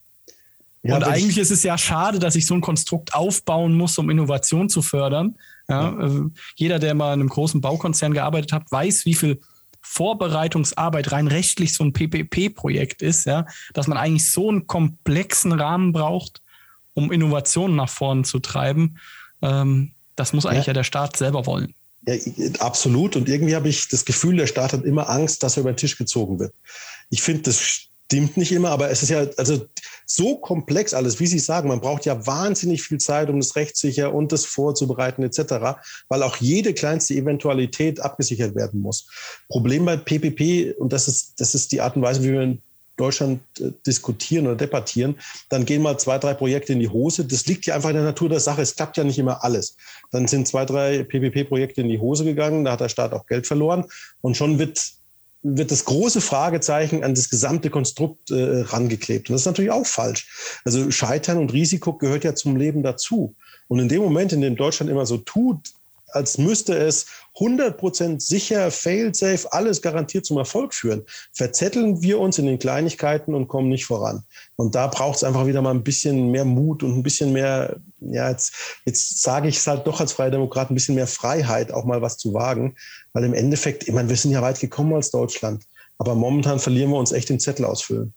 ja, und eigentlich ist es ja schade, dass ich so ein Konstrukt aufbauen muss, um Innovation zu fördern. Ja, ja. Also jeder, der mal in einem großen Baukonzern gearbeitet hat, weiß, wie viel Vorbereitungsarbeit rein rechtlich so ein P P P-Projekt ist, ja, dass man eigentlich so einen komplexen Rahmen braucht, um Innovationen nach vorne zu treiben. Ähm, das muss eigentlich ja. ja der Staat selber wollen. Ja, absolut. Und irgendwie habe ich das Gefühl, der Staat hat immer Angst, dass er über den Tisch gezogen wird. Ich finde, das stimmt nicht immer, aber es ist ja also so komplex alles, wie Sie sagen. Man braucht ja wahnsinnig viel Zeit, um das rechtssicher und das vorzubereiten et cetera, weil auch jede kleinste Eventualität abgesichert werden muss. Problem bei P P P, und das ist, das ist die Art und Weise, wie wir in Deutschland äh, diskutieren oder debattieren, dann gehen mal zwei, drei Projekte in die Hose. Das liegt ja einfach in der Natur der Sache. Es klappt ja nicht immer alles. Dann sind zwei, drei P P P-Projekte in die Hose gegangen, da hat der Staat auch Geld verloren und schon wird wird das große Fragezeichen an das gesamte Konstrukt äh, rangeklebt. Und das ist natürlich auch falsch. Also Scheitern und Risiko gehört ja zum Leben dazu. Und in dem Moment, in dem Deutschland immer so tut, als müsste es hundert Prozent sicher, fail-safe, alles garantiert zum Erfolg führen, verzetteln wir uns in den Kleinigkeiten und kommen nicht voran. Und da braucht es einfach wieder mal ein bisschen mehr Mut und ein bisschen mehr, ja, jetzt, jetzt sage ich es halt doch als Freier Demokrat, ein bisschen mehr Freiheit, auch mal was zu wagen. Weil im Endeffekt, ich meine, wir sind ja weit gekommen als Deutschland, aber momentan verlieren wir uns echt den Zettel ausfüllen.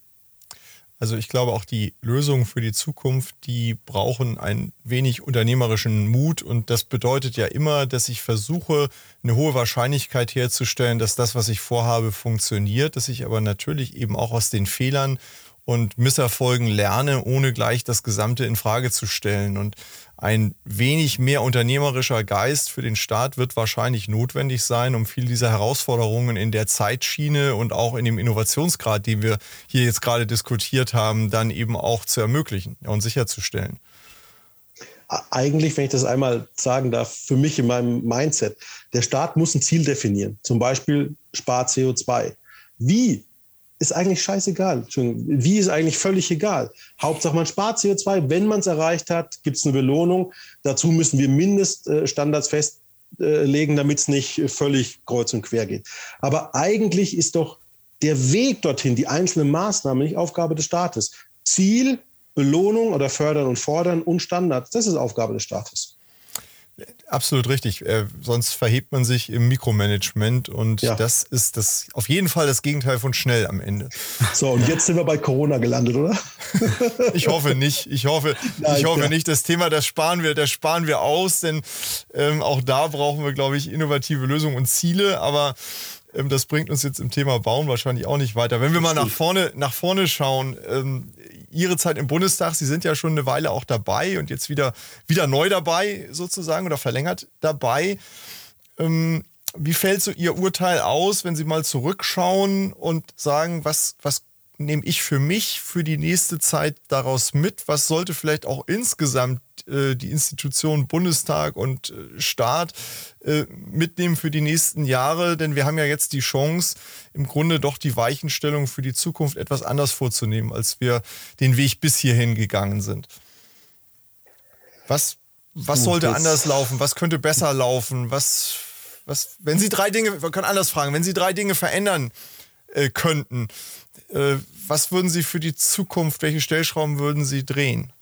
Also ich glaube, auch die Lösungen für die Zukunft, die brauchen ein wenig unternehmerischen Mut. Und das bedeutet ja immer, dass ich versuche, eine hohe Wahrscheinlichkeit herzustellen, dass das, was ich vorhabe, funktioniert, dass ich aber natürlich eben auch aus den Fehlern und Misserfolgen lerne, ohne gleich das Gesamte in Frage zu stellen. Und ein wenig mehr unternehmerischer Geist für den Staat wird wahrscheinlich notwendig sein, um viele dieser Herausforderungen in der Zeitschiene und auch in dem Innovationsgrad, den wir hier jetzt gerade diskutiert haben, dann eben auch zu ermöglichen und sicherzustellen. Eigentlich, wenn ich das einmal sagen darf, für mich in meinem Mindset, der Staat muss ein Ziel definieren, zum Beispiel spart C O zwei. Wie? Ist eigentlich scheißegal. Wie ist eigentlich völlig egal. Hauptsache man spart C O zwei. Wenn man es erreicht hat, gibt es eine Belohnung. Dazu müssen wir Mindeststandards festlegen, damit es nicht völlig kreuz und quer geht. Aber eigentlich ist doch der Weg dorthin, die einzelnen Maßnahmen, nicht Aufgabe des Staates. Ziel, Belohnung oder Fördern und Fordern und Standards, das ist Aufgabe des Staates. Absolut richtig. Äh, sonst verhebt man sich im Mikromanagement und ja. das ist das auf jeden Fall das Gegenteil von schnell am Ende. So, und jetzt sind wir bei Corona gelandet, oder? Ich hoffe nicht. Ich hoffe, Nein, ich hoffe ja. nicht. Das Thema, das sparen wir, das sparen wir aus, denn ähm, auch da brauchen wir, glaube ich, innovative Lösungen und Ziele. Aber ähm, das bringt uns jetzt im Thema Bauen wahrscheinlich auch nicht weiter. Wenn wir mal nach vorne, nach vorne schauen, ähm, Ihre Zeit im Bundestag, Sie sind ja schon eine Weile auch dabei und jetzt wieder, wieder neu dabei sozusagen oder verlängert dabei. Ähm, wie fällt so Ihr Urteil aus, wenn Sie mal zurückschauen und sagen, was, was nehme ich für mich für die nächste Zeit daraus mit? Was sollte vielleicht auch insgesamt äh, die Institutionen Bundestag und äh, Staat äh, mitnehmen für die nächsten Jahre? Denn wir haben ja jetzt die Chance, im Grunde doch die Weichenstellung für die Zukunft etwas anders vorzunehmen, als wir den Weg bis hierhin gegangen sind. Was, was sollte anders laufen? Was könnte besser laufen? Was, was, wenn Sie drei Dinge, wir können anders fragen, wenn Sie drei Dinge verändern äh, könnten, äh, was würden Sie für die Zukunft, welche Stellschrauben würden Sie drehen?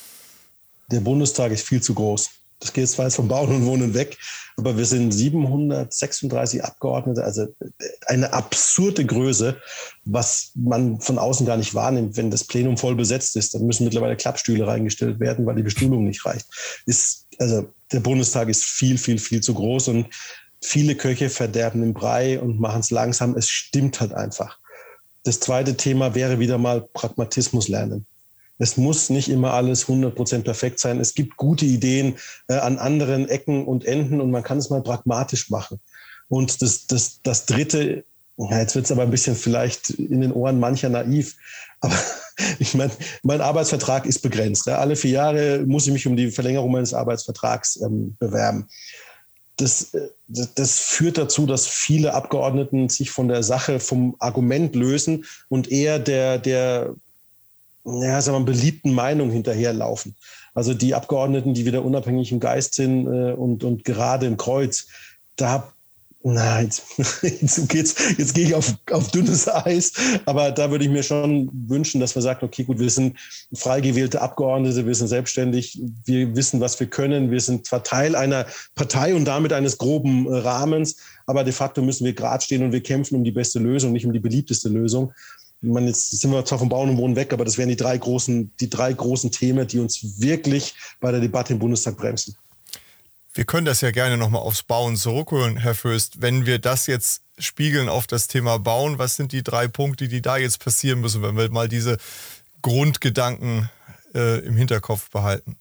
Der Bundestag ist viel zu groß. Das geht zwar jetzt vom Bauen und Wohnen weg, aber wir sind siebenhundertsechsunddreißig Abgeordnete, also eine absurde Größe, was man von außen gar nicht wahrnimmt. Wenn das Plenum voll besetzt ist, dann müssen mittlerweile Klappstühle reingestellt werden, weil die Bestuhlung nicht reicht. Ist, also der Bundestag ist viel, viel, viel zu groß und viele Köche verderben den Brei und machen es langsam. Es stimmt halt einfach. Das zweite Thema wäre wieder mal Pragmatismus lernen. Es muss nicht immer alles hundert Prozent perfekt sein. Es gibt gute Ideen äh, an anderen Ecken und Enden und man kann es mal pragmatisch machen. Und das, das, das Dritte, ja, jetzt wird es aber ein bisschen vielleicht in den Ohren mancher naiv, aber ich meine, mein Arbeitsvertrag ist begrenzt. Ja. Alle vier Jahre muss ich mich um die Verlängerung meines Arbeitsvertrags ähm, bewerben. Das, das, das führt dazu, dass viele Abgeordneten sich von der Sache, vom Argument lösen und eher der, der ja, sagen wir, beliebten Meinung hinterherlaufen. Also die Abgeordneten, die wieder unabhängig im Geist sind äh, und, und gerade im Kreuz, da, na, jetzt, jetzt, geht's, jetzt gehe ich auf, auf dünnes Eis, aber da würde ich mir schon wünschen, dass wir sagen, okay, gut, wir sind frei gewählte Abgeordnete, wir sind selbstständig, wir wissen, was wir können, wir sind zwar Teil einer Partei und damit eines groben äh, Rahmens, aber de facto müssen wir gerade stehen und wir kämpfen um die beste Lösung, nicht um die beliebteste Lösung. Ich meine, jetzt sind wir zwar vom Bauen und Wohnen weg, aber das wären die drei großen, die drei großen Themen, die uns wirklich bei der Debatte im Bundestag bremsen. Wir können das ja gerne nochmal aufs Bauen zurückholen, Herr Fürst. Wenn wir das jetzt spiegeln auf das Thema Bauen, was sind die drei Punkte, die da jetzt passieren müssen, wenn wir mal diese Grundgedanken äh, im Hinterkopf behalten?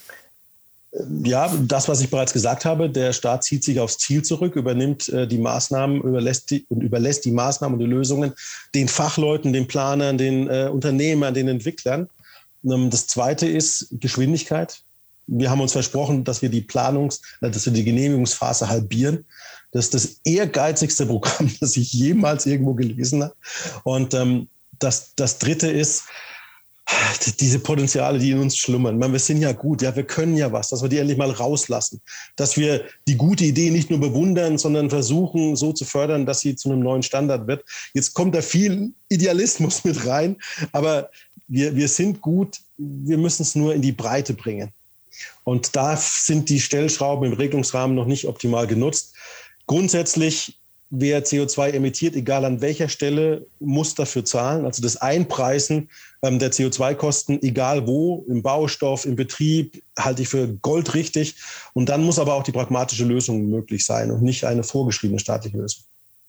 Ja, das, was ich bereits gesagt habe, der Staat zieht sich aufs Ziel zurück, übernimmt äh, die Maßnahmen überlässt die, und überlässt die Maßnahmen und die Lösungen den Fachleuten, den Planern, den äh, Unternehmern, den Entwicklern. Ähm, das Zweite ist Geschwindigkeit. Wir haben uns versprochen, dass wir die Planungs-, dass wir die Genehmigungsphase halbieren. Das ist das ehrgeizigste Programm, das ich jemals irgendwo gelesen habe. Und ähm, das, das Dritte ist, diese Potenziale, die in uns schlummern. Man, wir sind ja gut, ja, wir können ja was, dass wir die endlich mal rauslassen. Dass wir die gute Idee nicht nur bewundern, sondern versuchen, so zu fördern, dass sie zu einem neuen Standard wird. Jetzt kommt da viel Idealismus mit rein, aber wir, wir sind gut, wir müssen es nur in die Breite bringen. Und da sind die Stellschrauben im Regelungsrahmen noch nicht optimal genutzt. Grundsätzlich, wer C O zwei emittiert, egal an welcher Stelle, muss dafür zahlen. Also das Einpreisen ähm, der C O zwei Kosten, egal wo, im Baustoff, im Betrieb, halte ich für goldrichtig. Und dann muss aber auch die pragmatische Lösung möglich sein und nicht eine vorgeschriebene staatliche Lösung.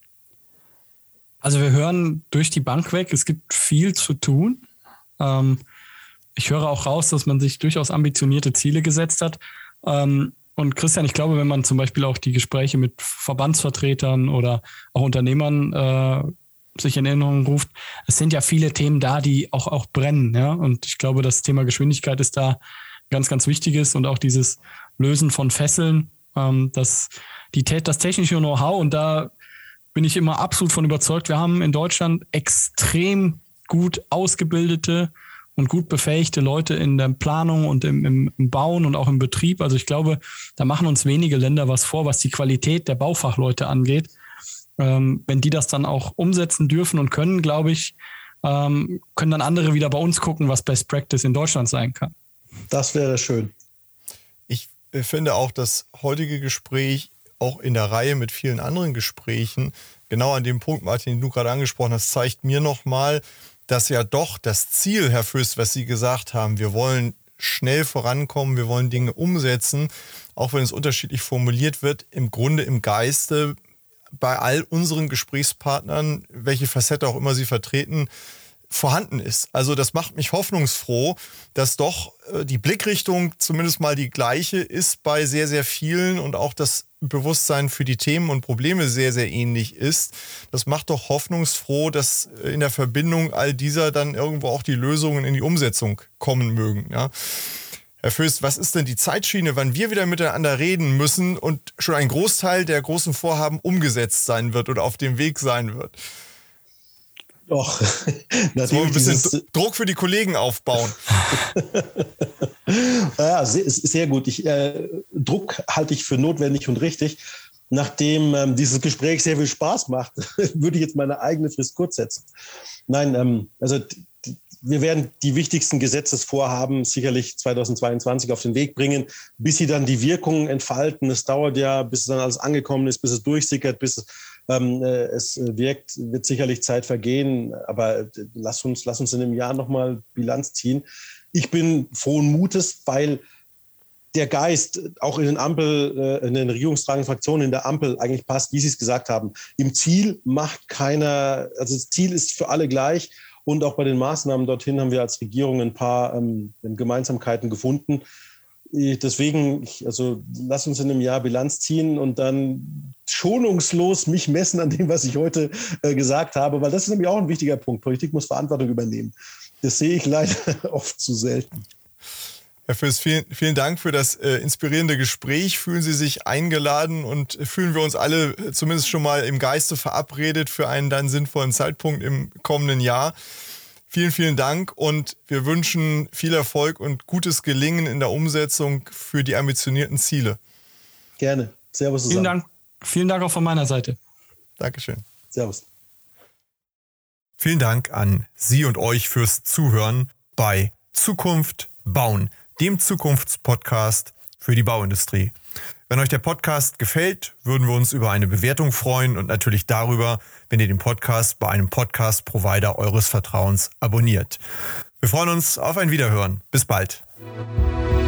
Also wir hören durch die Bank weg, es gibt viel zu tun. Ähm, ich höre auch raus, dass man sich durchaus ambitionierte Ziele gesetzt hat. Ähm, Und Christian, ich glaube, wenn man zum Beispiel auch die Gespräche mit Verbandsvertretern oder auch Unternehmern äh, sich in Erinnerung ruft, es sind ja viele Themen da, die auch, auch brennen. Ja? Und ich glaube, das Thema Geschwindigkeit ist da ganz, ganz wichtiges und auch dieses Lösen von Fesseln, ähm, das, die, das technische Know-how. Und da bin ich immer absolut von überzeugt, wir haben in Deutschland extrem gut ausgebildete und gut befähigte Leute in der Planung und im, im, im Bauen und auch im Betrieb. Also ich glaube, da machen uns wenige Länder was vor, was die Qualität der Baufachleute angeht. Ähm, wenn die das dann auch umsetzen dürfen und können, glaube ich, ähm, können dann andere wieder bei uns gucken, was Best Practice in Deutschland sein kann. Das wäre schön. Ich finde auch das heutige Gespräch, auch in der Reihe mit vielen anderen Gesprächen, genau an dem Punkt, Martin, den du gerade angesprochen hast, zeigt mir nochmal, dass ja doch das Ziel, Herr Fürst, was Sie gesagt haben, wir wollen schnell vorankommen, wir wollen Dinge umsetzen, auch wenn es unterschiedlich formuliert wird, im Grunde im Geiste bei all unseren Gesprächspartnern, welche Facette auch immer sie vertreten, vorhanden ist. Also das macht mich hoffnungsfroh, dass doch äh, die Blickrichtung zumindest mal die gleiche ist bei sehr, sehr vielen und auch das Bewusstsein für die Themen und Probleme sehr, sehr ähnlich ist. Das macht doch hoffnungsfroh, dass in der Verbindung all dieser dann irgendwo auch die Lösungen in die Umsetzung kommen mögen. Ja. Herr Föst, was ist denn die Zeitschiene, wann wir wieder miteinander reden müssen und schon ein Großteil der großen Vorhaben umgesetzt sein wird oder auf dem Weg sein wird? Doch, natürlich so ein bisschen Druck für die Kollegen aufbauen. Ja, sehr, sehr gut. Ich, äh, Druck halte ich für notwendig und richtig. Nachdem ähm, dieses Gespräch sehr viel Spaß macht, würde ich jetzt meine eigene Frist kurz setzen. Nein, ähm, also wir werden die wichtigsten Gesetzesvorhaben sicherlich zweitausendzweiundzwanzig auf den Weg bringen, bis sie dann die Wirkungen entfalten. Es dauert ja, bis es dann alles angekommen ist, bis es durchsickert, bis es, ähm, es wirkt, wird sicherlich Zeit vergehen. Aber lass uns, lass uns in einem Jahr nochmal Bilanz ziehen. Ich bin frohen Mutes, weil der Geist auch in den Ampel, in den regierungstragenden Fraktionen in der Ampel eigentlich passt, wie Sie es gesagt haben. Im Ziel macht keiner, also das Ziel ist für alle gleich. Und auch bei den Maßnahmen dorthin haben wir als Regierung ein paar ähm, Gemeinsamkeiten gefunden. Deswegen, also lass uns in einem Jahr Bilanz ziehen und dann schonungslos mich messen an dem, was ich heute äh, gesagt habe, weil das ist nämlich auch ein wichtiger Punkt. Politik muss Verantwortung übernehmen. Das sehe ich leider oft zu selten. Herr Föst, vielen, vielen Dank für das äh, inspirierende Gespräch. Fühlen Sie sich eingeladen und fühlen wir uns alle zumindest schon mal im Geiste verabredet für einen dann sinnvollen Zeitpunkt im kommenden Jahr. Vielen, vielen Dank und wir wünschen viel Erfolg und gutes Gelingen in der Umsetzung für die ambitionierten Ziele. Gerne. Servus zusammen. Vielen Dank. Vielen Dank auch von meiner Seite. Dankeschön. Servus. Vielen Dank an Sie und euch fürs Zuhören bei Zukunft bauen, dem Zukunftspodcast für die Bauindustrie. Wenn euch der Podcast gefällt, würden wir uns über eine Bewertung freuen und natürlich darüber, wenn ihr den Podcast bei einem Podcast-Provider eures Vertrauens abonniert. Wir freuen uns auf ein Wiederhören. Bis bald.